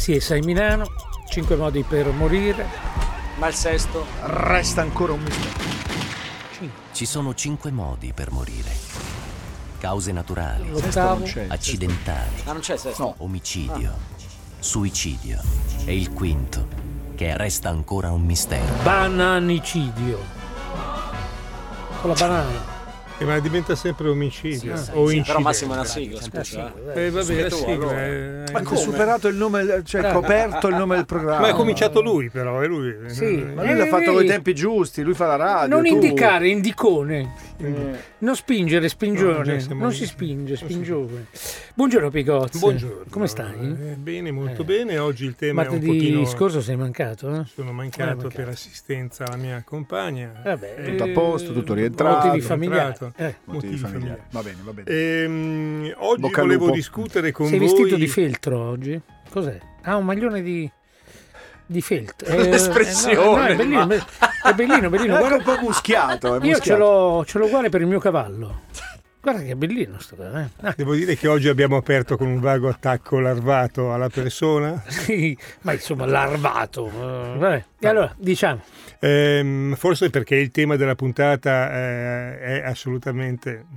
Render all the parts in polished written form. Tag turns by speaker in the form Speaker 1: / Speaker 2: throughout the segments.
Speaker 1: Sì, e 6 Milano, 5 modi per morire.
Speaker 2: Ma il sesto?
Speaker 3: Resta ancora un mistero.
Speaker 4: Ci sono 5 modi per morire: cause naturali,
Speaker 1: L'ottavo,
Speaker 4: accidentali,
Speaker 2: Ah, non c'è il sesto?
Speaker 3: No.
Speaker 4: omicidio, suicidio e il quinto, che resta ancora un mistero.
Speaker 1: bananicidio. Con la banana.
Speaker 5: Ma diventa sempre omicidio o
Speaker 2: Sì,
Speaker 5: incidente.
Speaker 2: però Massimo è una sigla, scusa.
Speaker 5: Vabbè, la
Speaker 2: Subito,
Speaker 5: sigla
Speaker 2: allora.
Speaker 3: Ma ha superato il nome, cioè coperto il nome del programma.
Speaker 5: Ma ha cominciato lui, però, è lui.
Speaker 1: Sì.
Speaker 3: Ma lui l'ha fatto con i tempi giusti, lui fa la radio.
Speaker 1: Non
Speaker 3: tu-
Speaker 1: indicare, indicone. Non spingere, spingione.
Speaker 5: No, siamo-
Speaker 1: Non si spinge, spingione. Buongiorno Pigozzi.
Speaker 5: Buongiorno.
Speaker 1: Come stai?
Speaker 5: Bene, molto bene. Oggi il tema è un
Speaker 1: Martedì
Speaker 5: pochino...
Speaker 1: scorso sei mancato, eh?
Speaker 5: Sono mancato per assistenza alla mia compagna.
Speaker 1: Vabbè,
Speaker 3: Tutto a posto, tutto rientrato.
Speaker 1: motivi familiari.
Speaker 5: Motivi
Speaker 3: Motivi familiari.
Speaker 5: familiari.
Speaker 3: Va bene, va bene.
Speaker 5: Oggi
Speaker 3: Bocca al
Speaker 5: volevo
Speaker 3: lupo.
Speaker 5: discutere con
Speaker 1: sei
Speaker 5: voi...
Speaker 1: vestito di feltro oggi? Cos'è? Ah, un maglione di feltro.
Speaker 2: L'espressione,
Speaker 1: è bellino, è bellino,
Speaker 3: È
Speaker 1: bellino.
Speaker 3: anche
Speaker 1: Guarda,
Speaker 3: un po' muschiato. È
Speaker 1: io
Speaker 3: muschiato.
Speaker 1: ce l'ho uguale per il mio cavallo. Guarda che bellino sto cavallo.
Speaker 5: Devo dire che oggi abbiamo aperto con un vago attacco larvato alla persona.
Speaker 1: Sì, ma insomma larvato. Vabbè. E allora, diciamo.
Speaker 5: Forse perché il tema della puntata è assolutamente...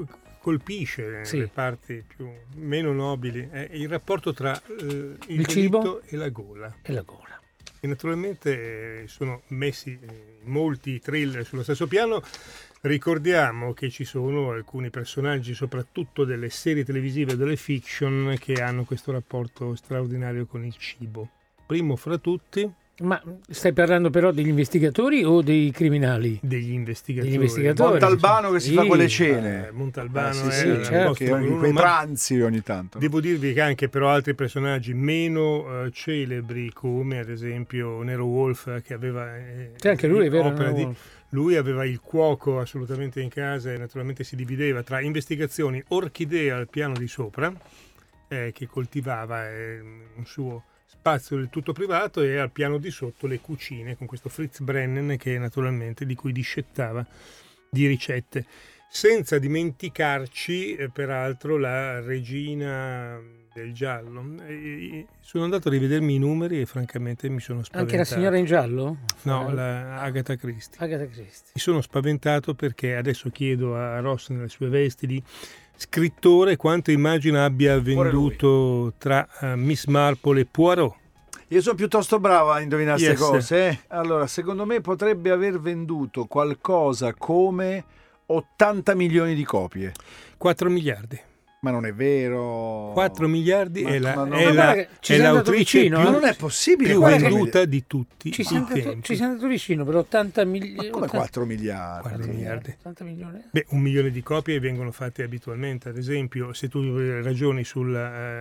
Speaker 5: colpisce
Speaker 1: Sì.
Speaker 5: le parti più meno nobili, è il rapporto tra il
Speaker 1: cibo
Speaker 5: delitto e la gola.
Speaker 1: E la gola.
Speaker 5: E naturalmente sono messi molti thriller sullo stesso piano. Ricordiamo che ci sono alcuni personaggi, soprattutto delle serie televisive e delle fiction, che hanno questo rapporto straordinario con il cibo. Primo fra tutti,
Speaker 1: Ma stai parlando però degli investigatori o dei criminali?
Speaker 5: degli investigatori.
Speaker 1: Degli investigatori.
Speaker 3: Montalbano che si
Speaker 1: Sì.
Speaker 3: fa quelle cene.
Speaker 5: Montalbano
Speaker 3: Sì,
Speaker 5: è
Speaker 3: sì,
Speaker 5: il
Speaker 1: certo.
Speaker 5: nostro
Speaker 3: che
Speaker 5: uno,
Speaker 3: quei
Speaker 5: ma
Speaker 3: pranzi ogni tanto.
Speaker 5: devo dirvi che anche però altri personaggi meno celebri, come ad esempio Nero Wolf, che aveva
Speaker 1: C'è anche lui, è vero?
Speaker 5: opera
Speaker 1: Nero
Speaker 5: di-
Speaker 1: Wolf.
Speaker 5: lui aveva il cuoco assolutamente in casa e naturalmente si divideva tra investigazioni, orchidee al piano di sopra, che coltivava un suo spazio del tutto privato, e al piano di sotto le cucine con questo Fritz Brennen che naturalmente di cui discettava di ricette. Senza dimenticarci peraltro la regina del giallo. Sono andato a rivedermi i numeri e francamente mi sono spaventato.
Speaker 1: Anche la signora in giallo?
Speaker 5: No, la Agatha Christie.
Speaker 1: Agatha Christie.
Speaker 5: Mi sono spaventato perché adesso chiedo a Ross nelle sue vesti di scrittore quanto immagino abbia venduto tra Miss Marple e Poirot.
Speaker 3: Io sono piuttosto bravo a indovinare queste
Speaker 5: Yes.
Speaker 3: cose. Allora, secondo me potrebbe aver venduto qualcosa come 80 milioni di copie.
Speaker 5: 4 miliardi.
Speaker 3: Ma non è vero.
Speaker 5: 4 miliardi
Speaker 3: Ma-
Speaker 5: è la-
Speaker 3: ma no.
Speaker 5: è
Speaker 3: Ma
Speaker 5: la-
Speaker 1: guarda che ci
Speaker 5: è
Speaker 1: sei andato
Speaker 5: l'autrice
Speaker 1: vicino,
Speaker 3: Ma
Speaker 5: più,
Speaker 3: non è possibile.
Speaker 5: più
Speaker 3: guarda che-
Speaker 5: venduta di tutti
Speaker 1: Ci
Speaker 5: i
Speaker 1: sei andato,
Speaker 5: tempi.
Speaker 1: vicino per 80 milioni.
Speaker 3: Ma come 4 miliardi?
Speaker 5: 4 miliardi.
Speaker 1: 80 milioni?
Speaker 5: Beh, 1 milione di copie vengono fatte abitualmente. Ad esempio, se tu ragioni sul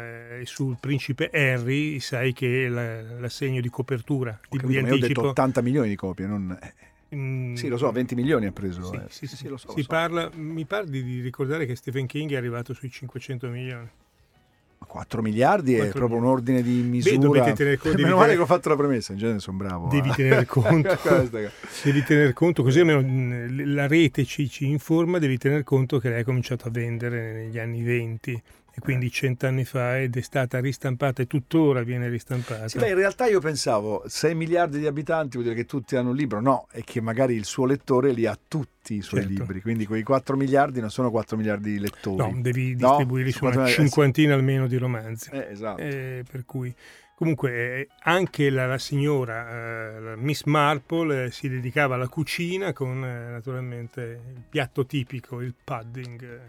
Speaker 5: principe Harry, sai che l'assegno di copertura
Speaker 3: Ho
Speaker 5: di
Speaker 3: capito, ma io ho detto
Speaker 5: anticipo
Speaker 3: 80 milioni di copie. Non... Sì, lo so, 20 milioni ha preso.
Speaker 5: Sì,
Speaker 3: lo so.
Speaker 5: Si parla, mi pare di ricordare che Stephen King è arrivato sui 500 milioni.
Speaker 3: Ma 4 miliardi è
Speaker 5: 4
Speaker 3: proprio un ordine di misura.
Speaker 5: dovete tener conto-
Speaker 3: Meno male che ho fatto la premessa, in genere sono bravo.
Speaker 5: Devi tener conto,
Speaker 3: Questa-
Speaker 5: devi tener conto, così almeno la rete ci informa, devi tener conto che lei ha cominciato a vendere negli anni 20 e quindi 100 anni fa, ed è stata ristampata e tuttora viene ristampata.
Speaker 3: Sì, beh, in realtà io pensavo 6 miliardi di abitanti vuol dire che tutti hanno un libro, no, è che magari il suo lettore li ha tutti i suoi
Speaker 5: Certo.
Speaker 3: libri, quindi quei 4 miliardi non sono 4 miliardi di lettori.
Speaker 5: No, devi
Speaker 3: No?
Speaker 5: distribuirli su una
Speaker 3: 4
Speaker 5: cinquantina almeno di romanzi.
Speaker 3: Esatto.
Speaker 5: Per cui comunque anche la signora la Miss Marple si dedicava alla cucina con naturalmente il piatto tipico, il pudding,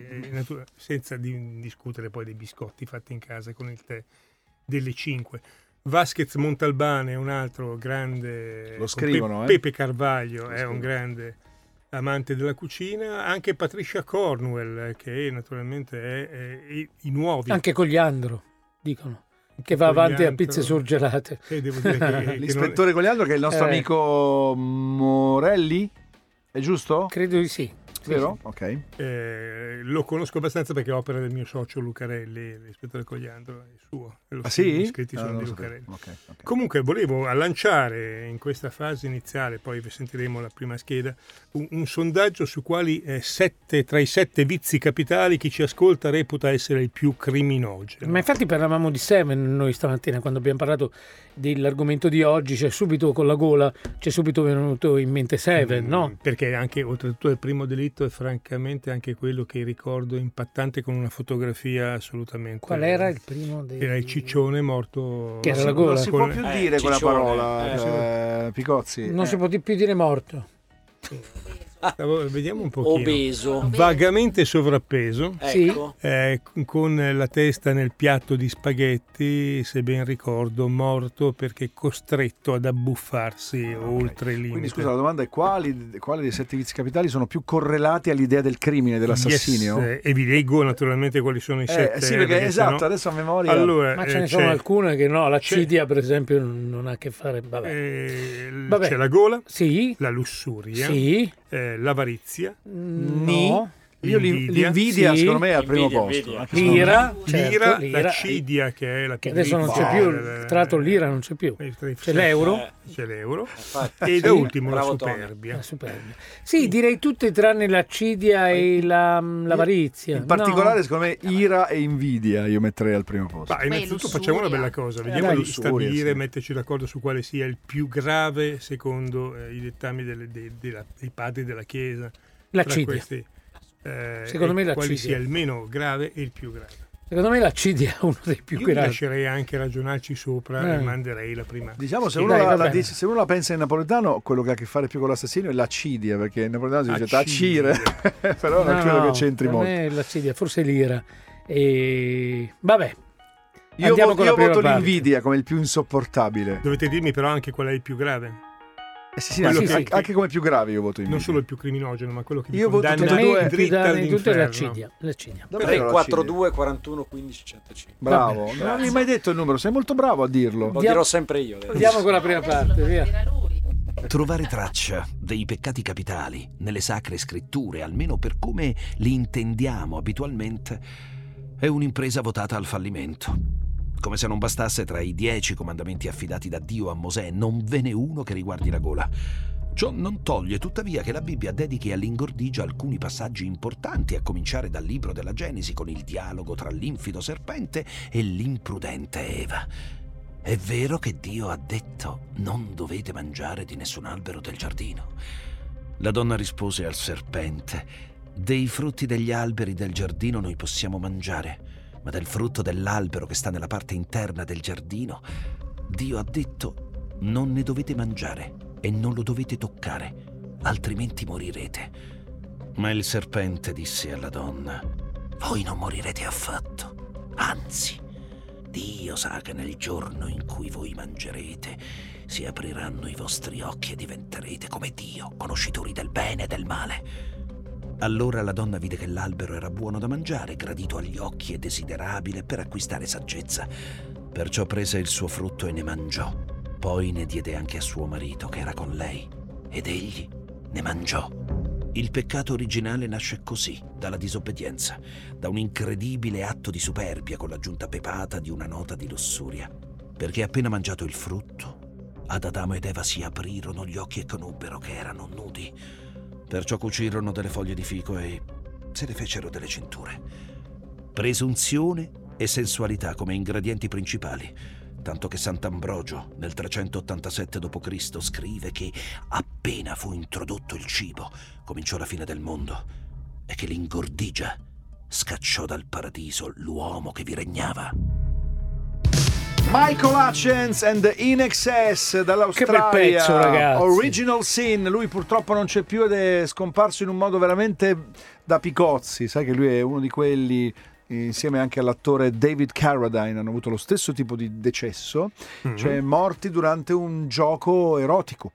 Speaker 5: senza discutere poi dei biscotti fatti in casa con il tè delle 5. Vasquez Montalbán è un altro grande,
Speaker 3: Lo scrivono,
Speaker 5: Pepe Carvaglio è un grande amante della cucina, anche Patricia Cornwell, che naturalmente è i nuovi.
Speaker 1: Anche Cogliandro, dicono, che va avanti a pizze surgelate.
Speaker 5: Devo dire che
Speaker 3: L'ispettore Cogliandro, che è il nostro amico Morelli, è giusto?
Speaker 1: Credo di sì.
Speaker 3: Vero? Ok.
Speaker 5: lo conosco abbastanza perché è opera del mio socio Lucarelli, l'ispettore Cogliandro è suo, lo
Speaker 3: Ah,
Speaker 5: scrivono,
Speaker 3: sì?
Speaker 5: gli scritti sono
Speaker 3: Non
Speaker 5: di
Speaker 3: lo
Speaker 5: Lucarelli.
Speaker 3: sapevo. Ok.
Speaker 5: Comunque volevo lanciare in questa fase iniziale, poi vi sentiremo la prima scheda, un sondaggio su quali tra i 7 vizi capitali chi ci ascolta reputa essere il più criminogeno.
Speaker 1: Ma infatti parlavamo di Seven noi stamattina quando abbiamo parlato dell'argomento di oggi, cioè subito con la gola ci è subito venuto in mente Seven, no?
Speaker 5: Perché anche oltretutto il primo delitto è francamente anche quello che ricordo impattante, con una fotografia assolutamente...
Speaker 1: Qual era il primo dei...
Speaker 5: Era il ciccione morto...
Speaker 1: Che era la gola.
Speaker 3: Non si può più dire quella
Speaker 2: ciccione,
Speaker 3: parola, Picozzi.
Speaker 1: Non si può più dire morto.
Speaker 5: Vediamo un pochino.
Speaker 2: Obeso.
Speaker 5: Vagamente sovrappeso,
Speaker 2: Ecco.
Speaker 5: con la testa nel piatto di spaghetti, se ben ricordo, morto perché costretto ad abbuffarsi oltre il limite.
Speaker 3: Quindi scusa, la domanda è quali dei 7 vizi capitali sono più correlati all'idea del crimine, dell'assassinio?
Speaker 5: Yes, e vi leggo naturalmente quali sono i 7.
Speaker 3: Sì, perché esatto,
Speaker 5: sennò...
Speaker 3: adesso a memoria...
Speaker 5: Allora,
Speaker 1: Ma ce ne sono
Speaker 5: c'è-
Speaker 1: alcune che no, l'accidia per esempio non ha a che fare... Vabbè.
Speaker 5: c'è la gola,
Speaker 1: Sì,
Speaker 5: la lussuria,
Speaker 1: sì,
Speaker 5: l'avarizia,
Speaker 1: no,
Speaker 3: Io l'invidia
Speaker 1: sì.
Speaker 3: secondo me è al primo
Speaker 2: Invidia,
Speaker 3: posto.
Speaker 2: invidia.
Speaker 3: Anche secondo me.
Speaker 1: l'ira, certo,
Speaker 5: l'ira, l'accidia che è la
Speaker 1: che
Speaker 5: più
Speaker 1: adesso non c'è
Speaker 5: difficile,
Speaker 1: più, tra l'altro l'ira non c'è più, c'è l'euro.
Speaker 5: c'è l'euro
Speaker 2: Infatti.
Speaker 5: e da ultimo la
Speaker 2: Bravo Tony.
Speaker 5: superbia.
Speaker 1: La superbia. Sì, direi tutte tranne l'accidia e l'avarizia.
Speaker 3: In particolare
Speaker 1: No.
Speaker 3: secondo me ira e invidia io metterei al primo posto.
Speaker 5: Ma innanzitutto
Speaker 6: lussuria.
Speaker 5: facciamo una bella cosa, vediamo
Speaker 1: dai,
Speaker 5: di
Speaker 3: lussuria,
Speaker 5: stabilire,
Speaker 3: sì.
Speaker 5: metterci d'accordo su quale sia il più grave secondo i dettami dei padri della Chiesa. Tra
Speaker 1: L'accidia.
Speaker 5: questi,
Speaker 1: Secondo me
Speaker 5: e quale
Speaker 1: l'accidia.
Speaker 5: sia il meno grave e il più grave.
Speaker 1: Secondo me l'accidia è uno dei più
Speaker 5: Io mi
Speaker 1: gravi.
Speaker 5: lascerei anche ragionarci sopra e manderei la prima.
Speaker 3: Diciamo, se
Speaker 1: Sì,
Speaker 3: uno,
Speaker 1: dai, va
Speaker 3: la
Speaker 1: bene.
Speaker 3: dice- se uno la pensa in napoletano, quello che ha a che fare più con l'assassino è l'accidia, perché in napoletano si dice
Speaker 5: Accidia.
Speaker 3: tacire, però non credo che c'entri
Speaker 1: per
Speaker 3: molto.
Speaker 1: me l'accidia, forse l'ira. E vabbè.
Speaker 3: Io,
Speaker 1: Andiamo con la prima
Speaker 3: voto
Speaker 1: parte.
Speaker 3: l'invidia come il più insopportabile.
Speaker 5: Dovete dirmi però anche qual è il più grave.
Speaker 3: Sì,
Speaker 5: Quello
Speaker 3: anche,
Speaker 5: che-
Speaker 3: anche come più grave io voto invidia.
Speaker 5: Non solo il più criminogeno, ma quello che vi
Speaker 3: Io voto
Speaker 5: condanna
Speaker 3: tutte
Speaker 1: Per
Speaker 3: e
Speaker 1: me
Speaker 3: due
Speaker 1: il più
Speaker 5: dritta
Speaker 1: grave di tutto è
Speaker 5: all'inferno.
Speaker 1: l'accidia.
Speaker 3: Davvero
Speaker 2: 3,
Speaker 3: l'accidia?
Speaker 2: 4, 2, 41, 15, 105.
Speaker 3: Bravo,
Speaker 1: Vabbè.
Speaker 3: non hai mai detto il numero, sei molto bravo a dirlo.
Speaker 2: Lo dirò sempre io. adesso.
Speaker 1: Andiamo con la prima parte, via.
Speaker 4: Trovare traccia dei peccati capitali nelle sacre scritture, almeno per come li intendiamo abitualmente, è un'impresa votata al fallimento. Come se non bastasse, tra i 10 comandamenti affidati da Dio a Mosè non ve n'è uno che riguardi la gola. Ciò non toglie tuttavia che la Bibbia dedichi all'ingordigia alcuni passaggi importanti, a cominciare dal libro della Genesi con il dialogo tra l'infido serpente e l'imprudente Eva. È vero che Dio ha detto: non dovete mangiare di nessun albero del giardino. La donna rispose al serpente: dei frutti degli alberi del giardino noi possiamo mangiare, ma del frutto dell'albero che sta nella parte interna del giardino, Dio ha detto: non ne dovete mangiare e non lo dovete toccare, altrimenti morirete. Ma il serpente disse alla donna: voi non morirete affatto, anzi, Dio sa che nel giorno in cui voi mangerete si apriranno i vostri occhi e diventerete come Dio, conoscitori del bene e del male. Allora la donna vide che l'albero era buono da mangiare, gradito agli occhi e desiderabile per acquistare saggezza. Perciò prese il suo frutto e ne mangiò. Poi ne diede anche a suo marito che era con lei, ed egli ne mangiò. Il peccato originale nasce così, dalla disobbedienza, da un incredibile atto di superbia con l'aggiunta pepata di una nota di lussuria. Perché appena mangiato il frutto, ad Adamo ed Eva si aprirono gli occhi e conobbero che erano nudi. Perciò cucirono delle foglie di fico e se ne fecero delle cinture. Presunzione e sensualità come ingredienti principali, tanto che Sant'Ambrogio nel 387 d.C. scrive che appena fu introdotto il cibo cominciò la fine del mondo e che l'ingordigia scacciò dal paradiso l'uomo che vi regnava.
Speaker 3: Michael Hutchence and the In Excess dall'Australia.
Speaker 1: Che bel pezzo, ragazzi.
Speaker 3: Original Sin. Lui purtroppo non c'è più ed è scomparso in un modo veramente da Picozzi. Sai che lui è uno di quelli, insieme anche all'attore David Carradine, hanno avuto lo stesso tipo di decesso, cioè morti durante un gioco erotico.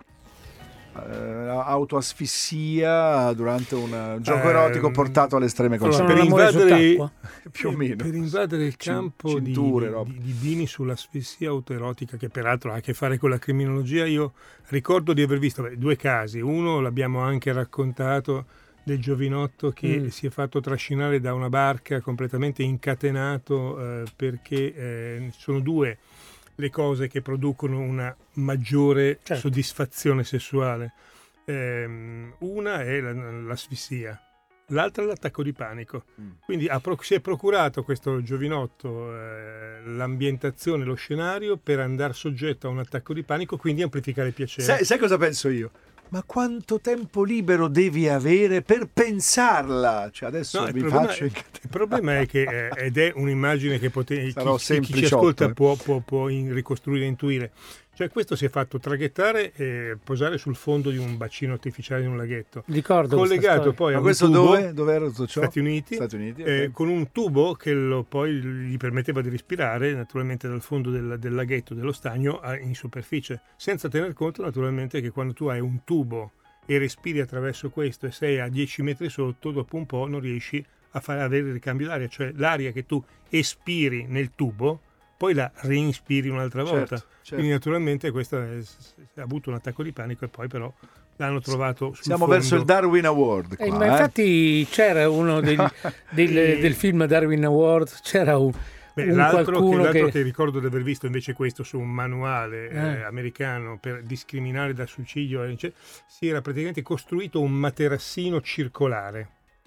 Speaker 3: Autoasfissia durante un gioco erotico portato all'estreme
Speaker 1: Sono
Speaker 3: conseguenze.
Speaker 5: per
Speaker 1: un amore
Speaker 5: invadere-
Speaker 1: sott'acqua.
Speaker 3: Più o meno.
Speaker 5: Per invadere il campo di
Speaker 3: cinture, roba.
Speaker 5: Dini sull'asfissia autoerotica, che peraltro ha a che fare con la criminologia, io ricordo di aver visto due casi. Uno l'abbiamo anche raccontato, del giovinotto che si è fatto trascinare da una barca completamente incatenato perché sono due le cose che producono una maggiore soddisfazione sessuale. Una è l'asfissia, l'altra è l'attacco di panico. Quindi si è procurato questo giovinotto l'ambientazione, lo scenario per andare soggetto a un attacco di panico, quindi amplificare il piacere.
Speaker 3: Sai cosa penso io? Ma quanto tempo libero devi avere per pensarla? Cioè adesso mi faccio
Speaker 5: il problema è che ed è un'immagine che chi ci ascolta può ricostruire e intuire. Cioè questo si è fatto traghettare e posare sul fondo di un bacino artificiale di un laghetto.
Speaker 1: Ricordo
Speaker 5: collegato poi a un
Speaker 3: questo
Speaker 5: tubo,
Speaker 3: dove era tutto ciò?
Speaker 5: Stati Uniti
Speaker 3: okay.
Speaker 5: Con un tubo che poi gli permetteva di respirare naturalmente dal fondo del laghetto, dello stagno in superficie, senza tener conto naturalmente che quando tu hai un tubo e respiri attraverso questo e sei a 10 metri sotto, dopo un po' non riesci a avere il ricambio d'aria, cioè l'aria che tu espiri nel tubo poi la reinspiri un'altra volta. Certo. Quindi naturalmente questo ha avuto un attacco di panico e poi però l'hanno trovato sul
Speaker 3: Siamo
Speaker 5: fondo.
Speaker 3: verso il Darwin Award qua,
Speaker 1: ma infatti c'era uno del film Darwin Award, c'era
Speaker 5: l'altro che ricordo di aver visto invece questo su un manuale americano per discriminare da suicidio, si era praticamente costruito un materassino circolare,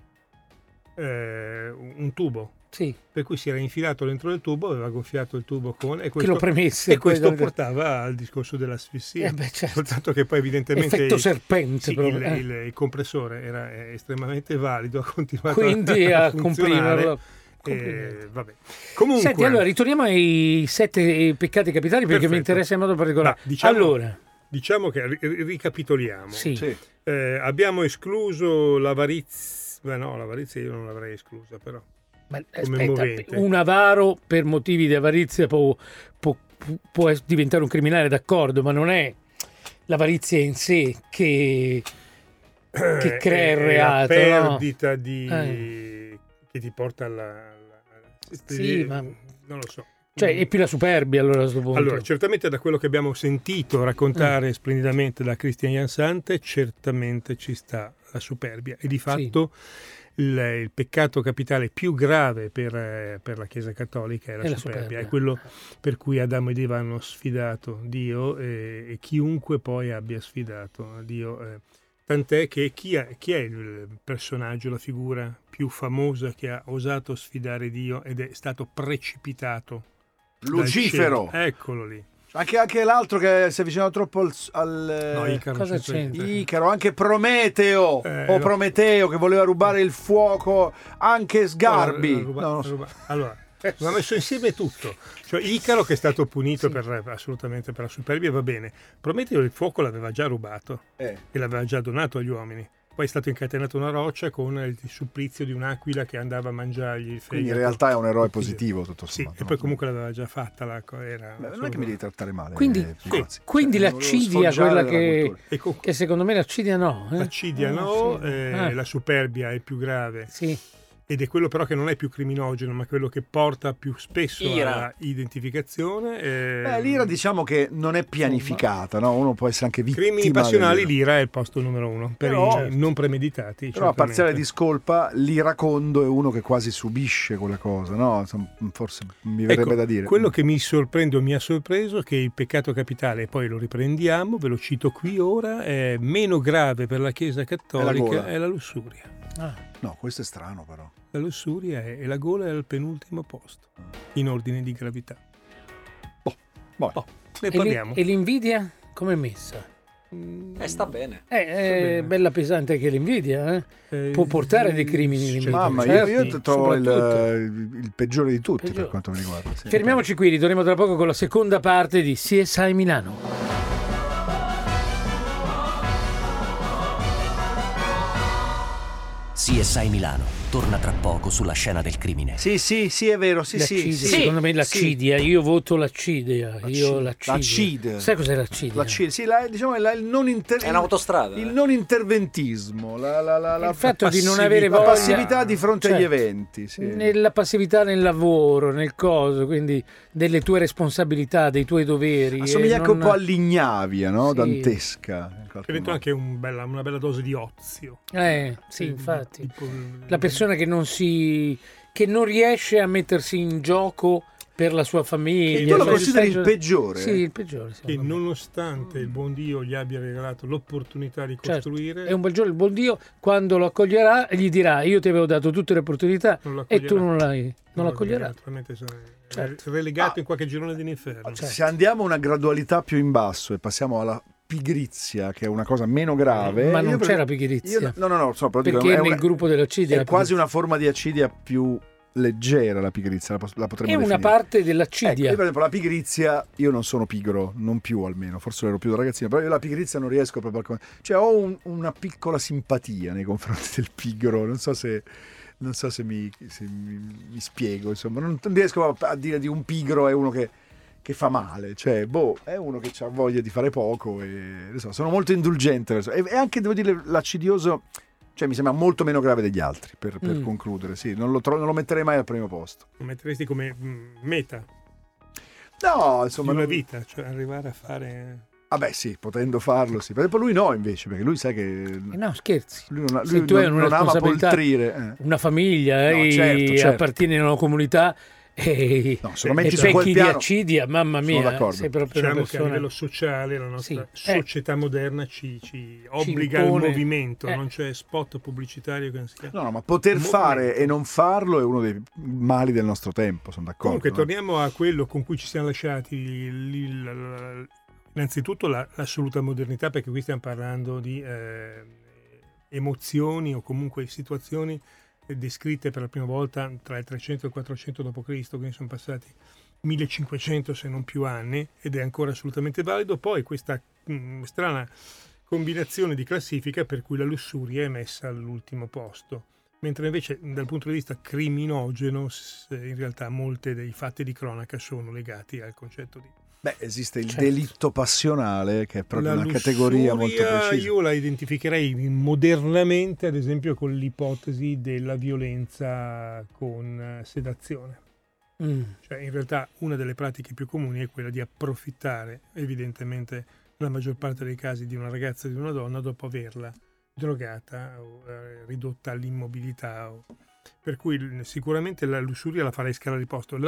Speaker 5: un tubo.
Speaker 1: Sì.
Speaker 5: Per cui si era infilato dentro il tubo, aveva gonfiato il tubo
Speaker 1: che lo premesse,
Speaker 5: e questo portava al discorso dell'asfissia.
Speaker 1: Certo.
Speaker 5: Soltanto che poi evidentemente
Speaker 1: effetto serpente,
Speaker 5: il compressore era estremamente valido, ha continuato
Speaker 1: quindi
Speaker 5: a
Speaker 1: comprimerlo.
Speaker 5: Vabbè. Comunque,
Speaker 1: senti, allora ritorniamo ai 7 peccati capitali perché
Speaker 5: perfetto.
Speaker 1: Mi interessa in modo particolare.
Speaker 5: Diciamo che ricapitoliamo.
Speaker 1: Sì.
Speaker 5: Abbiamo escluso l'avarizia. No, l'avarizia io non l'avrei esclusa, però.
Speaker 1: Ma aspetta, un avaro per motivi di avarizia può diventare un criminale, d'accordo, ma non è l'avarizia in sé che crea il reato,
Speaker 5: la perdita che ti porta alla
Speaker 1: sì, ma
Speaker 5: non lo so.
Speaker 1: Cioè è più la superbia allora a questo punto.
Speaker 5: Allora, certamente da quello che abbiamo sentito raccontare splendidamente da Christian Jansante, certamente ci sta la superbia e di fatto il peccato capitale più grave per la Chiesa Cattolica è la superbia. È quello per cui Adamo ed Eva hanno sfidato Dio e chiunque poi abbia sfidato Dio. Tant'è che chi è il personaggio, la figura più famosa che ha osato sfidare Dio ed è stato precipitato?
Speaker 3: Lucifero.
Speaker 5: Eccolo lì.
Speaker 3: Anche l'altro che si è avvicinato troppo al
Speaker 5: no, Icaro.
Speaker 1: Cosa c'entra?
Speaker 3: Icaro, anche Prometeo Prometeo che voleva rubare il fuoco, anche Sgarbi.
Speaker 5: Allora, non ha messo insieme tutto. Cioè Icaro che è stato punito assolutamente per la superbia, va bene. Prometeo il fuoco l'aveva già rubato e l'aveva già donato agli uomini. Poi è stato incatenato una roccia con il supplizio di un'aquila che andava a mangiargli il fegato.
Speaker 3: Quindi in realtà è un eroe positivo tutto
Speaker 5: sommato. Sì, e poi comunque l'aveva già fatta. Non
Speaker 3: è che mi devi trattare male.
Speaker 1: Quindi l'accidia, quella che secondo me l'accidia no.
Speaker 5: L'accidia la superbia è più grave.
Speaker 1: Sì.
Speaker 5: Ed è quello però che non è più criminogeno, ma quello che porta più spesso alla identificazione.
Speaker 3: L'ira diciamo che non è pianificata, no? Uno può essere anche vittima.
Speaker 5: Crimini passionali, l'ira è il posto numero 1, per i non premeditati.
Speaker 3: Però a parziale discolpa, l'iracondo è uno che quasi subisce quella cosa, no? Forse mi verrebbe da dire.
Speaker 5: Quello che mi sorprende o mi ha sorpreso è che il peccato capitale, e poi lo riprendiamo, ve lo cito qui ora, è meno grave per la Chiesa Cattolica, è la lussuria.
Speaker 3: No, questo è strano però.
Speaker 5: La lussuria e la gola è al penultimo posto in ordine di gravità. Ne parliamo.
Speaker 1: E l'invidia come è messa?
Speaker 2: Sta bene.
Speaker 1: È bella pesante anche l'invidia, può portare dei crimini l'invidia.
Speaker 3: Mamma, io trovo il peggiore di tutti per quanto mi riguarda. Sì.
Speaker 1: Fermiamoci qui, ritorniamo tra poco con la seconda parte di CSI Milano.
Speaker 6: CSI Milano. torna tra poco sulla scena del crimine.
Speaker 3: Sì, è vero, sì.
Speaker 1: Secondo me l'accidia, io voto l'accidia.
Speaker 3: L'accidia.
Speaker 1: Sai cos'è l'accidia?
Speaker 3: L'accidia, sì, diciamo è il non
Speaker 2: è un'autostrada.
Speaker 3: Il non interventismo,
Speaker 1: il fatto di non avere voglia,
Speaker 3: la passività di fronte agli eventi, sì.
Speaker 1: Nella passività nel lavoro, nel coso, quindi delle tue responsabilità, dei tuoi doveri.
Speaker 3: Assomiglia anche un po' all'ignavia, no?
Speaker 1: Sì.
Speaker 3: Dantesca.
Speaker 5: Credo anche una bella dose di ozio.
Speaker 1: Sì, infatti. La persona che non riesce a mettersi in gioco per la sua famiglia.
Speaker 3: E tu lo consideri il peggiore?
Speaker 1: Sì, il peggiore.
Speaker 5: Che nonostante il buon Dio gli abbia regalato l'opportunità di costruire...
Speaker 1: È un bel giorno il buon Dio, quando lo accoglierà, gli dirà: io ti avevo dato tutte le opportunità e tu non l'accoglierai.
Speaker 5: Naturalmente relegato in qualche girone dell'inferno.
Speaker 3: Se andiamo a una gradualità più in basso e passiamo alla pigrizia, che è una cosa meno grave.
Speaker 1: Ma non c'è la pigrizia.
Speaker 3: No, però
Speaker 1: perché
Speaker 3: dico,
Speaker 1: nel gruppo dell'accidia
Speaker 3: è quasi una forma di accidia più leggera, la pigrizia, la potremmo
Speaker 1: è
Speaker 3: definire.
Speaker 1: Una parte dell'accidia.
Speaker 3: Io, per esempio, la pigrizia, io non sono pigro, non più almeno, forse lo ero più da ragazzino, però io la pigrizia non riesco proprio cioè ho una piccola simpatia nei confronti del pigro, non so se mi spiego, insomma, non riesco a dire di un pigro è uno che fa male, cioè è uno che ha voglia di fare poco e sono molto indulgente e anche, devo dire, l'accidioso, cioè mi sembra molto meno grave degli altri, per concludere, sì, non lo metterei mai al primo posto.
Speaker 5: Lo metteresti come meta?
Speaker 3: No, insomma,
Speaker 5: di una vita, cioè arrivare a fare...
Speaker 3: Vabbè, sì, potendo farlo, sì. Per esempio lui no, invece, perché lui sai che...
Speaker 1: No, scherzi.
Speaker 3: Lui non
Speaker 1: tu hai una
Speaker 3: non ama
Speaker 1: responsabilità,
Speaker 3: poltrire.
Speaker 1: Una famiglia,
Speaker 3: no, certo.
Speaker 1: appartieni a una comunità e pecchi di accidia, mamma mia, sei proprio
Speaker 5: diciamo
Speaker 1: una persona...
Speaker 5: che a livello sociale la nostra società moderna ci obbliga al movimento, non c'è spot pubblicitario che non si chiama.
Speaker 3: No, ma poter fare e non farlo è uno dei mali del nostro tempo, sono d'accordo.
Speaker 5: Comunque torniamo a quello con cui ci siamo lasciati, innanzitutto l'assoluta modernità, perché qui stiamo parlando di emozioni o comunque situazioni descritte per la prima volta tra il 300 e il 400 d.C., quindi sono passati 1500 se non più anni ed è ancora assolutamente valido. Poi questa strana combinazione di classifica per cui la lussuria è messa all'ultimo posto, mentre invece dal punto di vista criminogeno in realtà molti dei fatti di cronaca sono legati al concetto di...
Speaker 3: esiste il delitto passionale, che è proprio una categoria molto precisa.
Speaker 5: Io la identificherei modernamente, ad esempio, con l'ipotesi della violenza con sedazione. Cioè, in realtà, una delle pratiche più comuni è quella di approfittare, evidentemente, nella maggior parte dei casi, di una ragazza o di una donna dopo averla drogata o ridotta all'immobilità. Per cui sicuramente la lussuria la farei scalare di posto.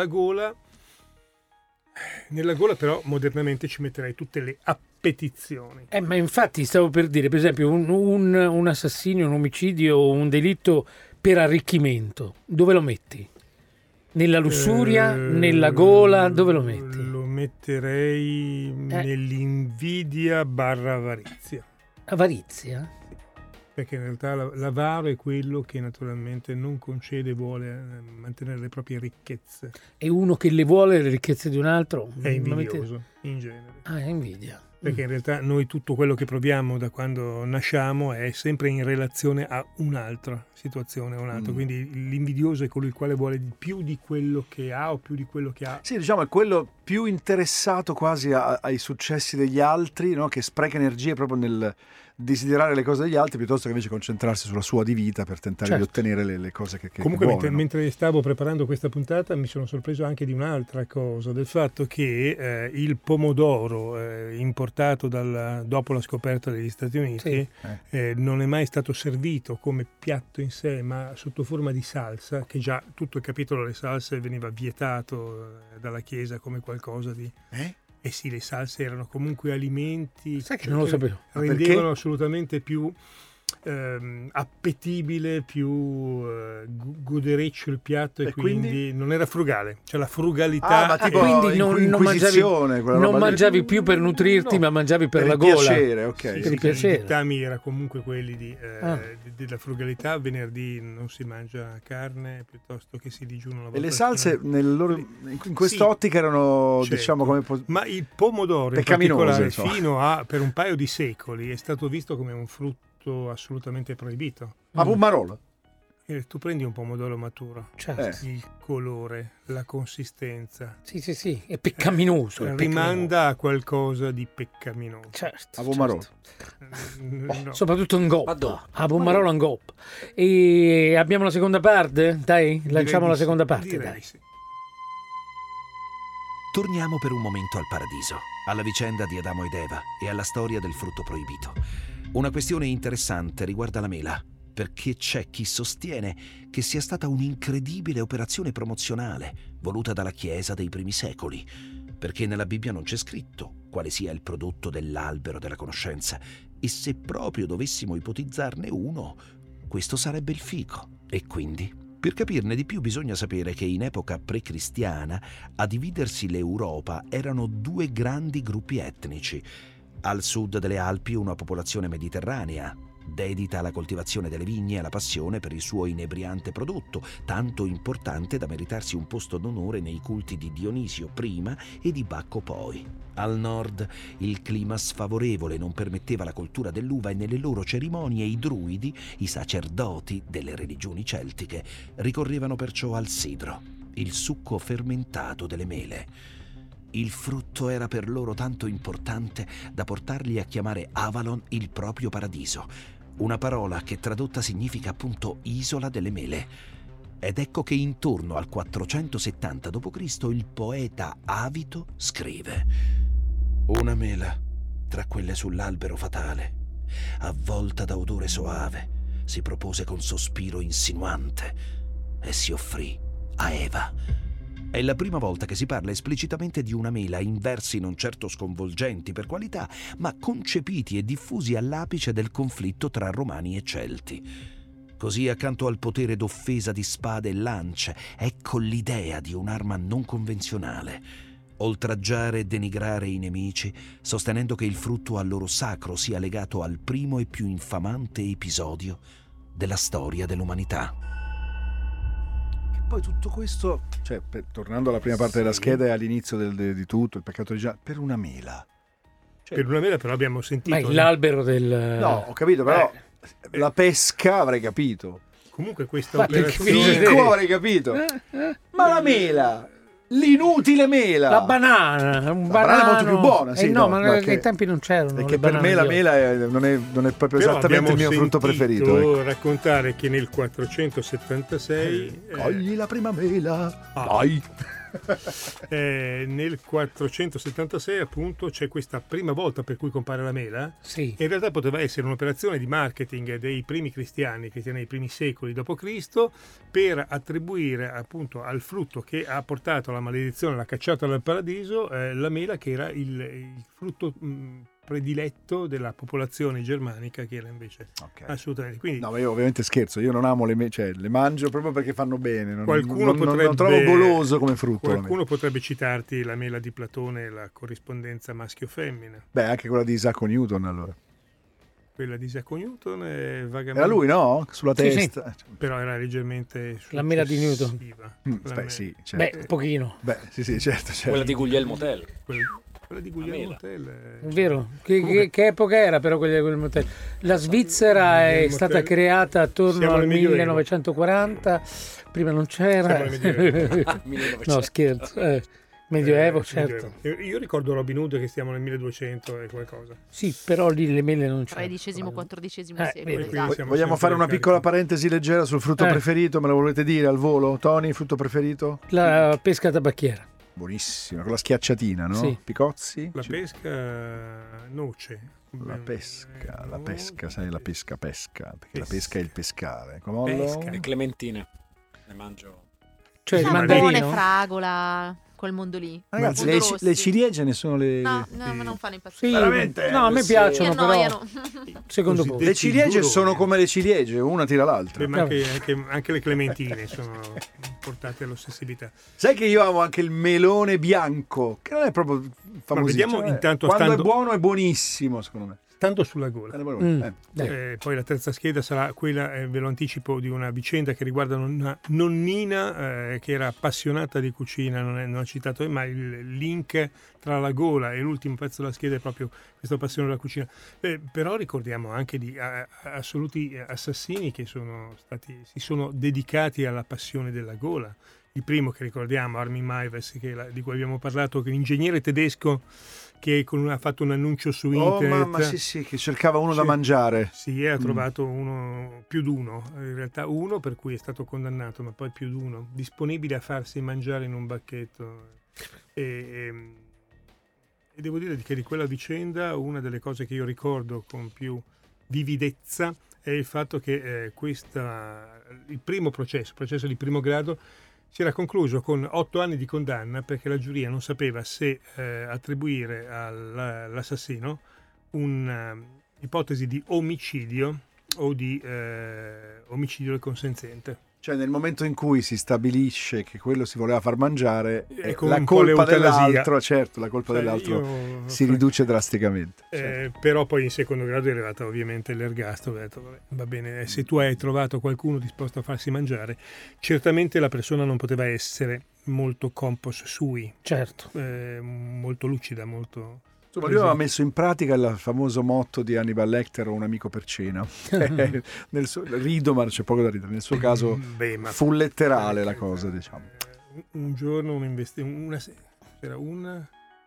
Speaker 5: Nella gola però modernamente ci metterei tutte le appetizioni.
Speaker 1: Ma infatti stavo per dire, per esempio, un assassinio, un omicidio, un delitto per arricchimento, dove lo metti? Nella lussuria, nella gola, dove lo metti?
Speaker 5: Lo metterei nell'invidia / avarizia.
Speaker 1: Avarizia?
Speaker 5: Perché in realtà l'avaro è quello che naturalmente non concede e vuole mantenere le proprie ricchezze.
Speaker 1: E uno che le vuole le ricchezze di un altro?
Speaker 5: È invidioso, in genere.
Speaker 1: È invidia.
Speaker 5: Perché in realtà noi tutto quello che proviamo da quando nasciamo è sempre in relazione a un'altra situazione, a un altro. Quindi l'invidioso è colui il quale vuole più di quello che ha o più di quello che ha.
Speaker 3: Sì, diciamo è quello più interessato quasi ai successi degli altri, no? Che spreca energie proprio nel desiderare le cose degli altri piuttosto che invece concentrarsi sulla sua di vita per tentare di ottenere le cose che
Speaker 5: comunque
Speaker 3: vuole,
Speaker 5: mentre stavo preparando questa puntata mi sono sorpreso anche di un'altra cosa, del fatto che il pomodoro importato dopo la scoperta degli Stati Uniti non è mai stato servito come piatto in sé, ma sotto forma di salsa, che già tutto il capitolo delle salse veniva vietato dalla Chiesa come qualcosa di... Eh sì, le salse erano comunque alimenti.
Speaker 1: Sai che non lo sapevo.
Speaker 5: Rendevano assolutamente più appetibile, più godereccio il piatto e quindi non era frugale. Cioè la frugalità.
Speaker 3: Ma tipo
Speaker 1: quindi non mangiavi più per nutrirti, ma mangiavi per la gola.
Speaker 3: Piacere, ok.
Speaker 5: Per il piacere. I dettami era comunque quelli della frugalità. Venerdì non si mangia carne, piuttosto che si digiuna una volta.
Speaker 3: E le salse in quest'ottica erano, diciamo, come
Speaker 5: ma il pomodoro in particolare fino a per un paio di secoli è stato visto come un frutto assolutamente proibito.
Speaker 3: Ma Pomarola?
Speaker 5: Tu prendi un pomodoro maturo,
Speaker 1: Certo.
Speaker 5: il colore, la consistenza,
Speaker 1: Sì, è peccaminoso. È
Speaker 5: rimanda a qualcosa di peccaminoso.
Speaker 1: Certo.
Speaker 3: A Pomarolo.
Speaker 5: No.
Speaker 1: Soprattutto in
Speaker 2: Ma
Speaker 1: goppa.
Speaker 2: dove?
Speaker 1: A Pomarolo in goppa. E abbiamo la seconda parte? Dai, lanciamo la seconda parte,
Speaker 5: Direi
Speaker 1: dai.
Speaker 5: di sì.
Speaker 4: Torniamo per un momento al paradiso, alla vicenda di Adamo ed Eva e alla storia del frutto proibito. Una questione interessante riguarda la mela, perché c'è chi sostiene che sia stata un'incredibile operazione promozionale voluta dalla Chiesa dei primi secoli, perché nella Bibbia non c'è scritto quale sia il prodotto dell'albero della conoscenza, e se proprio dovessimo ipotizzarne uno, questo sarebbe il fico. E quindi, per capirne di più, bisogna sapere che in epoca precristiana a dividersi l'Europa erano due grandi gruppi etnici. Al sud delle Alpi una popolazione mediterranea, dedita alla coltivazione delle vigne e alla passione per il suo inebriante prodotto, tanto importante da meritarsi un posto d'onore nei culti di Dionisio prima e di Bacco poi. Al nord il clima sfavorevole non permetteva la coltura dell'uva e nelle loro cerimonie i druidi, i sacerdoti delle religioni celtiche, ricorrevano perciò al sidro, il succo fermentato delle mele. Il frutto era per loro tanto importante da portarli a chiamare Avalon il proprio paradiso, una parola che tradotta significa appunto isola delle mele. Ed ecco che intorno al 470 d.C. il poeta Avito scrive: una mela tra quelle sull'albero fatale, avvolta da odore soave, si propose con sospiro insinuante e si offrì a Eva. È la prima volta che si parla esplicitamente di una mela in versi non certo sconvolgenti per qualità, ma concepiti e diffusi all'apice del conflitto tra Romani e Celti. Così, accanto al potere d'offesa di spade e lance, ecco l'idea di un'arma non convenzionale: oltraggiare e denigrare i nemici, sostenendo che il frutto a loro sacro sia legato al primo e più infamante episodio della storia dell'umanità.
Speaker 3: Poi tutto questo, cioè, tornando alla prima parte della scheda e all'inizio di tutto, il peccato originale, per una mela.
Speaker 5: Per una mela però abbiamo sentito...
Speaker 1: Ma l'albero del...
Speaker 3: No, ho capito, però la pesca avrei capito.
Speaker 5: Comunque questa
Speaker 1: Ma
Speaker 5: operazione...
Speaker 1: perché?
Speaker 3: Avrei capito. Ma la mela, l'inutile mela.
Speaker 1: La banana, un
Speaker 3: banana è molto più buona, sì,
Speaker 1: no,
Speaker 3: no,
Speaker 1: ma
Speaker 3: perché-
Speaker 1: ai tempi non c'erano.
Speaker 3: Perché
Speaker 1: le
Speaker 3: per me la
Speaker 1: banane
Speaker 3: mela non è proprio
Speaker 5: Però
Speaker 3: esattamente il mio
Speaker 5: abbiamo
Speaker 3: frutto
Speaker 5: sentito
Speaker 3: preferito. Ecco.
Speaker 5: raccontare che nel 476
Speaker 3: Cogli la prima mela.
Speaker 5: Ah.
Speaker 3: Dai.
Speaker 5: nel 476 appunto c'è questa prima volta per cui compare la mela.
Speaker 1: Sì.
Speaker 5: In realtà poteva essere un'operazione di marketing dei primi cristiani dei primi secoli d.C. per attribuire appunto al frutto che ha portato la maledizione, la cacciata dal paradiso, la mela, che era il frutto prediletto della popolazione germanica, che era invece assolutamente. Quindi
Speaker 3: No, ma io ovviamente scherzo, io non amo cioè le mangio proprio perché fanno bene. Non
Speaker 5: potrebbe,
Speaker 3: trovo goloso come frutto.
Speaker 5: Qualcuno potrebbe citarti la mela di Platone e la corrispondenza maschio-femmina.
Speaker 3: Beh, anche quella di Isacco Newton allora.
Speaker 5: Quella di Isacco Newton è vagamente...
Speaker 3: Era lui, no? Sulla
Speaker 1: Sì,
Speaker 3: testa.
Speaker 5: Però era leggermente
Speaker 1: La mela di Newton.
Speaker 3: Beh, sì, certo.
Speaker 1: Beh, un pochino.
Speaker 3: Beh, sì, certo.
Speaker 2: Quella di Guglielmo Tell.
Speaker 5: Quella di Guglielmo Tell.
Speaker 1: È vero. Che epoca era però quel motel? La Svizzera è stata creata attorno
Speaker 5: Siamo
Speaker 1: al
Speaker 5: nel Medioevo.
Speaker 1: 1940. Prima non c'era.
Speaker 5: Siamo nel
Speaker 1: No, scherzo. Medioevo, certo.
Speaker 5: Medioevo. Io ricordo Robin Hood che stiamo nel 1200 e qualcosa.
Speaker 1: Sì, però lì le mele non c'erano.
Speaker 7: XIII-XIV secolo.
Speaker 1: vedi.
Speaker 7: Esatto.
Speaker 3: Vogliamo fare una piccola parentesi leggera sul frutto preferito? Me lo volete dire al volo? Tony, frutto preferito?
Speaker 1: La pesca tabacchiera.
Speaker 3: Buonissima, con la schiacciatina, no?
Speaker 1: Sì.
Speaker 3: Picozzi?
Speaker 5: La pesca noce.
Speaker 3: La pesca, sai, la pesca, perché la
Speaker 5: Pesca.
Speaker 3: pesca è il pescare. Come
Speaker 5: Pesca.
Speaker 2: Le clementine. Le mangio.
Speaker 1: Cioè il
Speaker 5: Sì, ma
Speaker 7: Saccone,
Speaker 1: mandarino.
Speaker 7: fragola, quel mondo lì.
Speaker 3: Ragazzi,
Speaker 7: Mondo rossi.
Speaker 3: le ciliegie ne sono le...
Speaker 7: No, ma non fanno
Speaker 1: Sì,
Speaker 7: impazzire.
Speaker 3: Veramente?
Speaker 1: no, a me
Speaker 3: Sì.
Speaker 1: piacciono,
Speaker 7: Mi
Speaker 1: però
Speaker 7: annoiano.
Speaker 1: secondo voi.
Speaker 3: Le ciliegie
Speaker 5: Burroni.
Speaker 3: sono come le ciliegie, una tira l'altra.
Speaker 5: Ma anche le clementine sono portate all'ossessività.
Speaker 3: Sai che io amo anche il melone bianco, che non è proprio famosissimo.
Speaker 5: vediamo intanto,
Speaker 3: Quando
Speaker 5: stando-
Speaker 3: è buono è buonissimo, secondo me.
Speaker 5: tanto sulla gola. Poi la terza scheda sarà quella, ve lo anticipo, di una vicenda che riguarda una nonnina che era appassionata di cucina, non ha citato, ma il link tra la gola e l'ultimo pezzo della scheda è proprio questa passione della cucina. Però ricordiamo anche di assoluti assassini che si sono dedicati alla passione della gola. Il primo che ricordiamo, Armin Meiwes, di cui abbiamo parlato, che è l'ingegnere tedesco che ha fatto un annuncio su internet.
Speaker 3: Oh mamma, sì, che cercava uno da mangiare.
Speaker 5: Sì, ha trovato uno, più di uno, in realtà uno per cui è stato condannato, ma poi più di uno, disponibile a farsi mangiare in un bacchetto. E devo dire che di quella vicenda una delle cose che io ricordo con più vividezza è il fatto che il primo processo di primo grado, si era concluso con 8 anni di condanna perché la giuria non sapeva se attribuire all'assassino un'ipotesi di omicidio o di omicidio del consenziente.
Speaker 3: Cioè nel momento in cui si stabilisce che quello si voleva far mangiare, la
Speaker 5: colpa
Speaker 3: dell'altro, certo, la colpa dell'altro si riduce drasticamente.
Speaker 5: Però poi in secondo grado è arrivata ovviamente l'ergastolo. Ho detto, vabbè, va bene, se tu hai trovato qualcuno disposto a farsi mangiare, certamente la persona non poteva essere molto compos sui,
Speaker 1: certo,
Speaker 5: molto lucida, molto...
Speaker 3: Insomma, lui aveva messo in pratica il famoso motto di Hannibal Lecter, un amico per cena. Rido, ma c'è poco da ridere. Nel suo caso fu letterale la cosa, diciamo.
Speaker 5: Un giorno c'era un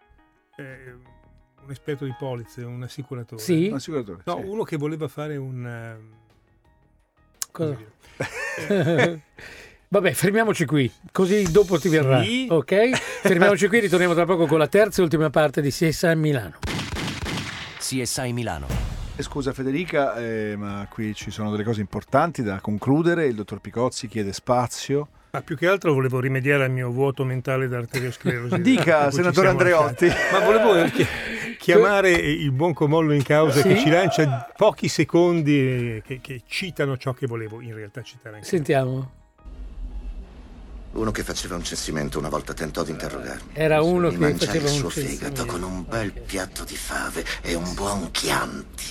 Speaker 5: esperto di polizze, un assicuratore.
Speaker 1: Sì?
Speaker 3: Un assicuratore,
Speaker 5: no,
Speaker 3: sì.
Speaker 5: uno che voleva fare un...
Speaker 1: Cosa? Vabbè, fermiamoci qui, così dopo ti verrà.
Speaker 5: Sì.
Speaker 1: Ok? Fermiamoci qui, ritorniamo tra poco con la terza e ultima parte di CSI Milano.
Speaker 6: CSI Milano.
Speaker 3: Scusa Federica, ma qui ci sono delle cose importanti da concludere. Il dottor Picozzi chiede spazio.
Speaker 5: Ma più che altro volevo rimediare al mio vuoto mentale d'arteriosclerosi.
Speaker 3: Dica, senatore Andreotti.
Speaker 5: Ma volevo chiamare il buon Comollo in causa,
Speaker 1: sì?
Speaker 5: Che ci lancia pochi secondi che citano ciò che volevo in realtà citare anche.
Speaker 1: Sentiamo.
Speaker 8: Uno che faceva un censimento una volta tentò di interrogarmi.
Speaker 1: Era uno che
Speaker 8: mangiai
Speaker 1: faceva
Speaker 8: il
Speaker 1: un
Speaker 8: suo
Speaker 1: censimento
Speaker 8: fegato con un bel piatto di fave e un buon Chianti.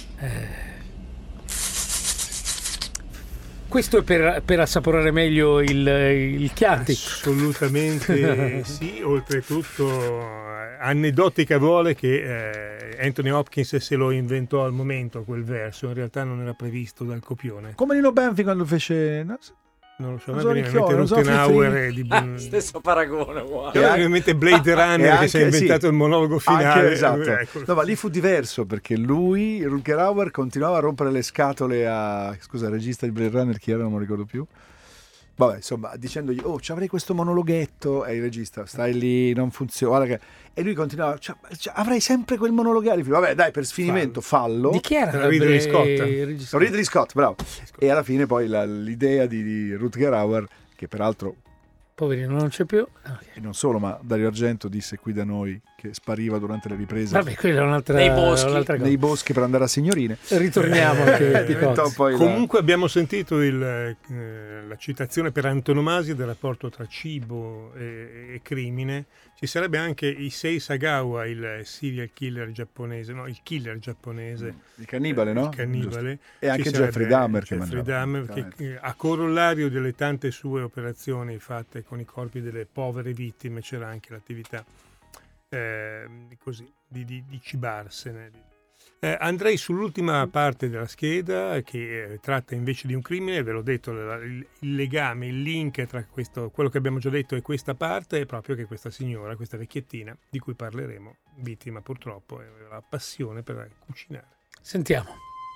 Speaker 1: Questo è per assaporare meglio il Chianti.
Speaker 5: Assolutamente sì, oltretutto aneddotica vuole che Anthony Hopkins se lo inventò al momento quel verso, in realtà non era previsto dal copione.
Speaker 3: Come Nino Benfi quando fece...
Speaker 5: Non lo so, ma ovviamente Ruthenauer
Speaker 2: stesso paragone uguale.
Speaker 5: Ovviamente Blade Runner che si è inventato il monologo finale.
Speaker 3: Esatto.
Speaker 5: Ecco.
Speaker 3: No, ma lì fu diverso perché lui, Ruthenauer, continuava a rompere le scatole a... Scusa, il regista di Blade Runner chi era? Non mi ricordo più. Vabbè, insomma, dicendogli, ci avrei questo monologhetto, e il regista, stai lì, non funziona. E lui continuava, avrei sempre quel monologhetto. Vabbè, dai, per sfinimento, fallo.
Speaker 1: Di chi era?
Speaker 5: Ridley Scott.
Speaker 3: Ridley Scott, bravo. E alla fine poi l'idea di Rutger Hauer, che peraltro...
Speaker 1: Poverino, non c'è più. Okay.
Speaker 3: E non solo, ma Dario Argento disse qui da noi che spariva durante le riprese.
Speaker 1: Vabbè, quella è un'altra
Speaker 3: nei boschi per andare a Signorine.
Speaker 1: Ritorniamo anche
Speaker 5: Comunque abbiamo sentito la citazione per antonomasia del rapporto tra cibo e crimine. Ci sarebbe anche Issei Sagawa, il serial killer giapponese, no, il killer giapponese.
Speaker 3: Il cannibale, no?
Speaker 5: Il cannibale.
Speaker 3: E anche Jeffrey Dahmer.
Speaker 5: Che a corollario delle tante sue operazioni fatte con i corpi delle povere vittime c'era anche l'attività di cibarsene. Andrei sull'ultima parte della scheda che tratta invece di un crimine. Ve l'ho detto, il legame, il link tra quello che abbiamo già detto e questa parte è proprio che questa signora, questa vecchiettina di cui parleremo, vittima purtroppo, aveva la passione per cucinare.
Speaker 1: Sentiamo.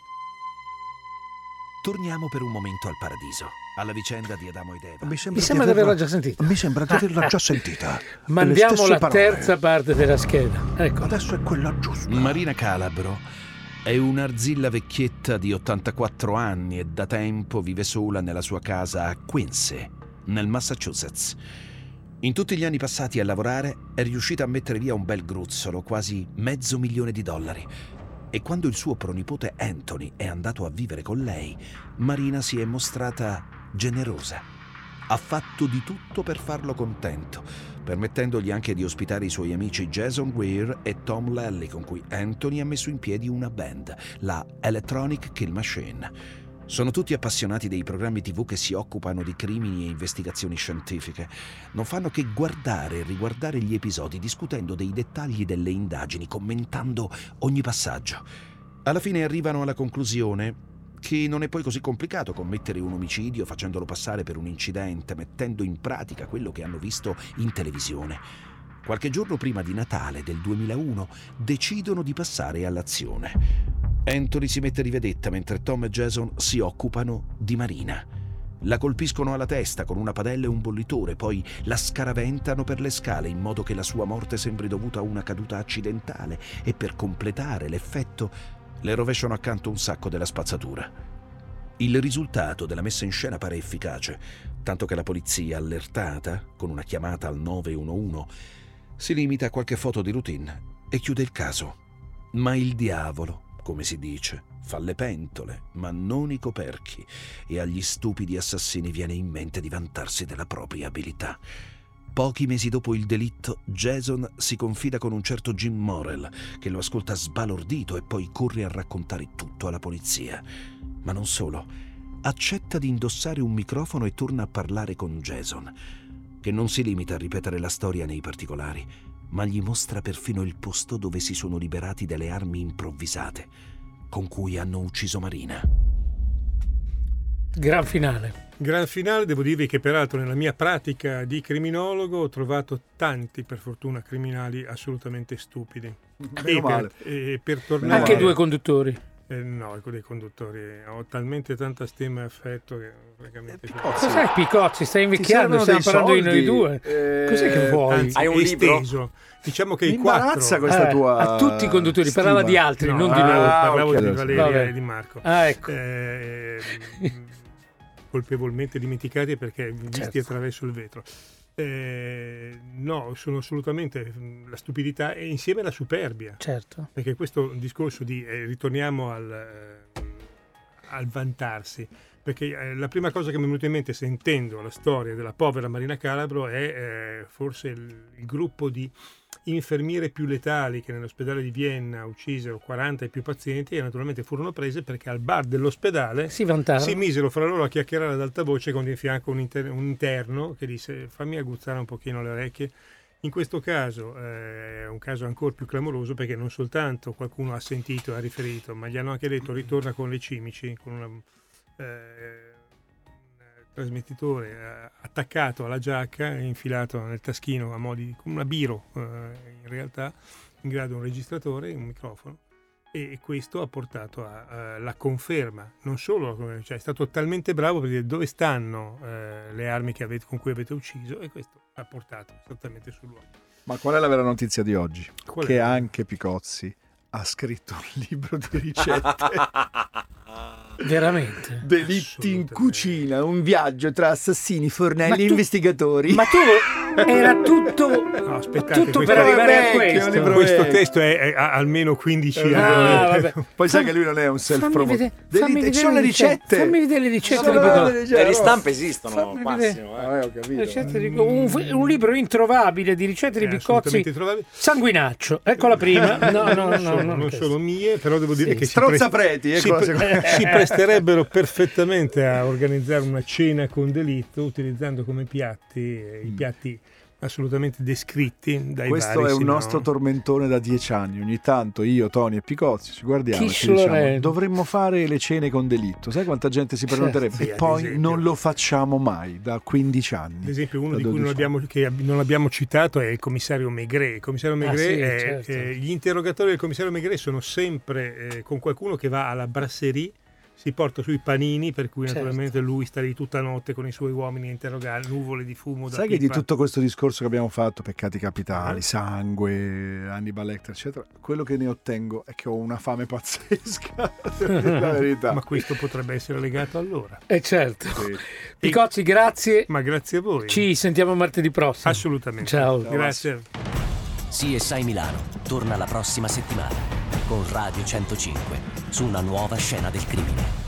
Speaker 4: Torniamo per un momento al paradiso, alla vicenda di Adamo ed Eva.
Speaker 1: Mi sembra di averla già sentita.
Speaker 3: Mi sembra di averla già sentita.
Speaker 1: Mandiamo la terza parte della scheda. Ecco.
Speaker 3: Adesso è quella giusta.
Speaker 4: Marina Calabro è un'arzilla vecchietta di 84 anni e da tempo vive sola nella sua casa a Quincy, nel Massachusetts. In tutti gli anni passati a lavorare è riuscita a mettere via un bel gruzzolo, quasi $500,000. E quando il suo pronipote Anthony è andato a vivere con lei, Marina si è mostrata generosa. Ha fatto di tutto per farlo contento, permettendogli anche di ospitare i suoi amici Jason Weir e Tom Lally, con cui Anthony ha messo in piedi una band, la Electronic Kill Machine. Sono tutti appassionati dei programmi TV che si occupano di crimini e investigazioni scientifiche. Non fanno che guardare e riguardare gli episodi, discutendo dei dettagli delle indagini, commentando ogni passaggio. Alla fine arrivano alla conclusione che non è poi così complicato commettere un omicidio facendolo passare per un incidente, mettendo in pratica quello che hanno visto in televisione. Qualche giorno prima di Natale del 2001 decidono di passare all'azione. Anthony si mette di vedetta mentre Tom e Jason si occupano di Marina. La colpiscono alla testa con una padella e un bollitore, poi la scaraventano per le scale in modo che la sua morte sembri dovuta a una caduta accidentale e per completare l'effetto le rovesciano accanto un sacco della spazzatura. Il risultato della messa in scena pare efficace, tanto che la polizia, allertata con una chiamata al 911, si limita a qualche foto di routine e chiude il caso. Ma il diavolo, come si dice, fa le pentole, ma non i coperchi, e agli stupidi assassini viene in mente di vantarsi della propria abilità. Pochi mesi dopo il delitto, Jason si confida con un certo Jim Morrell, che lo ascolta sbalordito e poi corre a raccontare tutto alla polizia. Ma non solo, accetta di indossare un microfono e torna a parlare con Jason, che non si limita a ripetere la storia nei particolari, ma gli mostra perfino il posto dove si sono liberati delle armi improvvisate con cui hanno ucciso Marina.
Speaker 1: Gran finale.
Speaker 5: Gran finale, devo dirvi che peraltro nella mia pratica di criminologo ho trovato tanti, per fortuna, criminali assolutamente stupidi. Per tornare...
Speaker 1: Anche due conduttori.
Speaker 5: No, dei conduttori ho talmente tanta stima e affetto che francamente...
Speaker 1: Cos'è Picozzi? Stai invecchiando, stiamo parlando di noi due. Cos'è che vuoi?
Speaker 5: Anzi,
Speaker 2: hai un libro?
Speaker 5: Esteso. Diciamo che
Speaker 3: Mi
Speaker 5: i quattro...
Speaker 3: questa tua
Speaker 1: a tutti i conduttori,
Speaker 3: stima.
Speaker 1: parlava di altri,
Speaker 5: No,
Speaker 1: non di noi.
Speaker 5: parlavo
Speaker 3: ok,
Speaker 5: di Valeria
Speaker 1: vabbè.
Speaker 5: e di Marco.
Speaker 1: Ecco.
Speaker 5: Colpevolmente dimenticati perché visti
Speaker 1: Certo.
Speaker 5: attraverso il vetro. No, sono assolutamente la stupidità e insieme alla superbia.
Speaker 1: Certo.
Speaker 5: Perché questo discorso di ritorniamo al vantarsi, perché la prima cosa che mi è venuta in mente sentendo la storia della povera Marina Calabro è forse il gruppo di infermiere più letali che nell'ospedale di Vienna uccisero 40 e più pazienti e naturalmente furono prese perché al bar dell'ospedale
Speaker 1: Si vantava.
Speaker 5: si misero fra loro a chiacchierare ad alta voce con di fianco un interno che disse fammi aguzzare un pochino le orecchie. In questo caso è un caso ancora più clamoroso perché non soltanto qualcuno ha sentito e ha riferito, ma gli hanno anche detto ritorna con le cimici, con un trasmettitore attaccato alla giacca e infilato nel taschino a mo' di come una biro, in realtà in grado un registratore e un microfono. E questo ha portato alla conferma, non solo, cioè è stato talmente bravo per dire dove stanno le armi con cui avete ucciso e questo ha portato esattamente sul luogo.
Speaker 3: Ma qual è la vera notizia di oggi?
Speaker 5: Qual è?
Speaker 3: Che anche Picozzi ha scritto un libro di ricette.
Speaker 1: Veramente.
Speaker 3: Delitti in cucina, un viaggio tra assassini, fornelli e investigatori.
Speaker 1: Ma tu era tutto,
Speaker 5: No, aspettate,
Speaker 1: tutto
Speaker 5: questo
Speaker 1: per
Speaker 5: è
Speaker 1: arrivare a
Speaker 3: vecchio,
Speaker 1: questo.
Speaker 3: libro
Speaker 5: Questo
Speaker 3: vecchio.
Speaker 5: testo ha almeno 15 anni.
Speaker 1: Vabbè.
Speaker 3: Poi sai che lui non è un self-promote.
Speaker 1: Fammi vedere
Speaker 3: Ci sono le ricette.
Speaker 1: Fammi vedere le ricette
Speaker 3: Sono
Speaker 1: di Picozzi.
Speaker 3: le ricette.
Speaker 2: Le ristampe esistono,
Speaker 1: Fammi
Speaker 2: Massimo.
Speaker 3: Ho capito.
Speaker 1: Ricette di- un libro introvabile di ricette di Picozzi
Speaker 5: assolutamente trovabili.
Speaker 1: sanguinaccio. Ecco la prima. No,
Speaker 5: Non sono mie, però devo dire che
Speaker 3: Strozza preti, ecco la seconda.
Speaker 5: si presterebbero perfettamente a organizzare una cena con delitto utilizzando come piatti i piatti assolutamente descritti dai
Speaker 3: Questo
Speaker 5: vari.
Speaker 3: è un
Speaker 5: sino-
Speaker 3: nostro tormentone da 10 anni. Ogni tanto io, Tony e Picozzi ci guardiamo e ci
Speaker 1: Quiche
Speaker 3: diciamo
Speaker 1: Lorraine.
Speaker 3: dovremmo fare le cene con delitto. Sai quanta gente si prenoterebbe?
Speaker 5: sì,
Speaker 3: e
Speaker 5: ad
Speaker 3: poi
Speaker 5: esempio.
Speaker 3: non lo facciamo mai da 15 anni.
Speaker 5: Ad esempio, uno
Speaker 3: da
Speaker 5: di cui
Speaker 3: 12
Speaker 5: non abbiamo citato è il commissario Maigret. Il commissario Maigret,
Speaker 1: sì, certo.
Speaker 5: gli interrogatori del commissario Maigret sono sempre con qualcuno che va alla brasserie, si porta sui panini, per cui
Speaker 1: Certo.
Speaker 5: naturalmente lui sta lì tutta notte con i suoi uomini a interrogare, nuvole di fumo da
Speaker 3: Sai che di
Speaker 5: pipa.
Speaker 3: tutto questo discorso che abbiamo fatto, peccati capitali, sangue, Hannibal Lecter, eccetera, quello che ne ottengo è che ho una fame pazzesca, devo dire la verità.
Speaker 5: Ma questo potrebbe essere legato all'ora.
Speaker 1: certo.
Speaker 3: Sì.
Speaker 1: Picozzi, grazie.
Speaker 5: Ma grazie a voi.
Speaker 1: Ci sentiamo martedì prossimo.
Speaker 5: Assolutamente.
Speaker 1: Ciao.
Speaker 5: Grazie.
Speaker 6: CSI Milano torna la prossima settimana con Radio 105 su una nuova scena del crimine.